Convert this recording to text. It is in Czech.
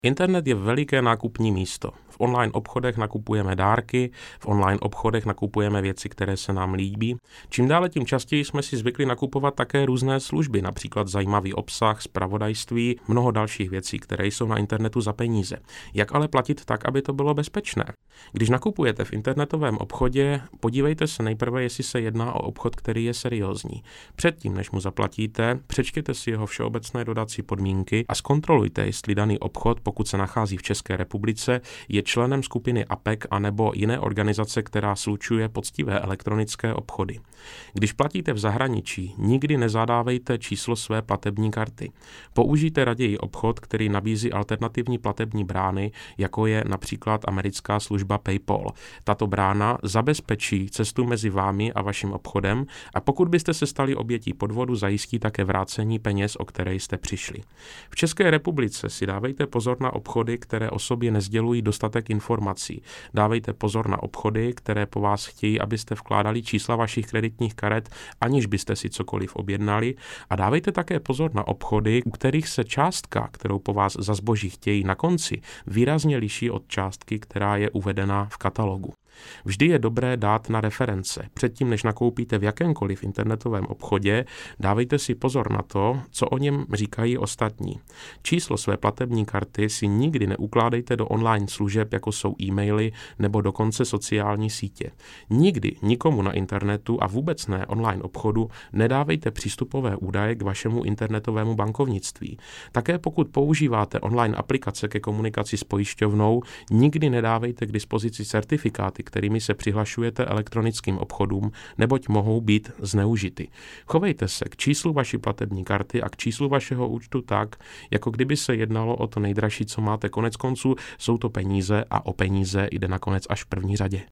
Internet je veliké nákupní místo. V online obchodech nakupujeme dárky, v online obchodech nakupujeme věci, které se nám líbí. Čím dále tím častěji jsme si zvykli nakupovat také různé služby, například zajímavý obsah, zpravodajství, mnoho dalších věcí, které jsou na internetu za peníze. Jak ale platit tak, aby to bylo bezpečné? Když nakupujete v internetovém obchodě, podívejte se nejprve, jestli se jedná o obchod, který je seriózní. Předtím, než mu zaplatíte, přečtěte si jeho všeobecné dodací podmínky a zkontrolujte, jestli daný obchod, pokud se nachází v České republice, je členem skupiny APEC anebo jiné organizace, která slučuje poctivé elektronické obchody. Když platíte v zahraničí, nikdy nezadávejte číslo své platební karty. Použijte raději obchod, který nabízí alternativní platební brány, jako je například americká služba PayPal. Tato brána zabezpečí cestu mezi vámi a vaším obchodem a pokud byste se stali obětí podvodu, zajistí také vrácení peněz, o které jste přišli. V České republice si dávejte pozor na obchody, které o sobě nesdělují dostatek informací. Dávejte pozor na obchody, které po vás chtějí, abyste vkládali čísla vašich kreditních karet, aniž byste si cokoliv objednali. A dávejte také pozor na obchody, u kterých se částka, kterou po vás za zboží chtějí na konci, výrazně liší od částky, která je uvedena v katalogu. Vždy je dobré dát na reference. Předtím, než nakoupíte v jakémkoliv internetovém obchodě, dávejte si pozor na to, co o něm říkají ostatní. Číslo své platební karty si nikdy neukládejte do online služeb, jako jsou e-maily nebo dokonce sociální sítě. Nikdy nikomu na internetu a vůbec ne online obchodu nedávejte přístupové údaje k vašemu internetovému bankovnictví. Také pokud používáte online aplikace ke komunikaci s pojišťovnou, nikdy nedávejte k dispozici certifikáty, kterými se přihlašujete elektronickým obchodům, neboť mohou být zneužity. Chovejte se k číslu vaší platební karty a k číslu vašeho účtu tak, jako kdyby se jednalo o to nejdražší, co máte. Konec konců jsou to peníze a o peníze jde nakonec až v první řadě.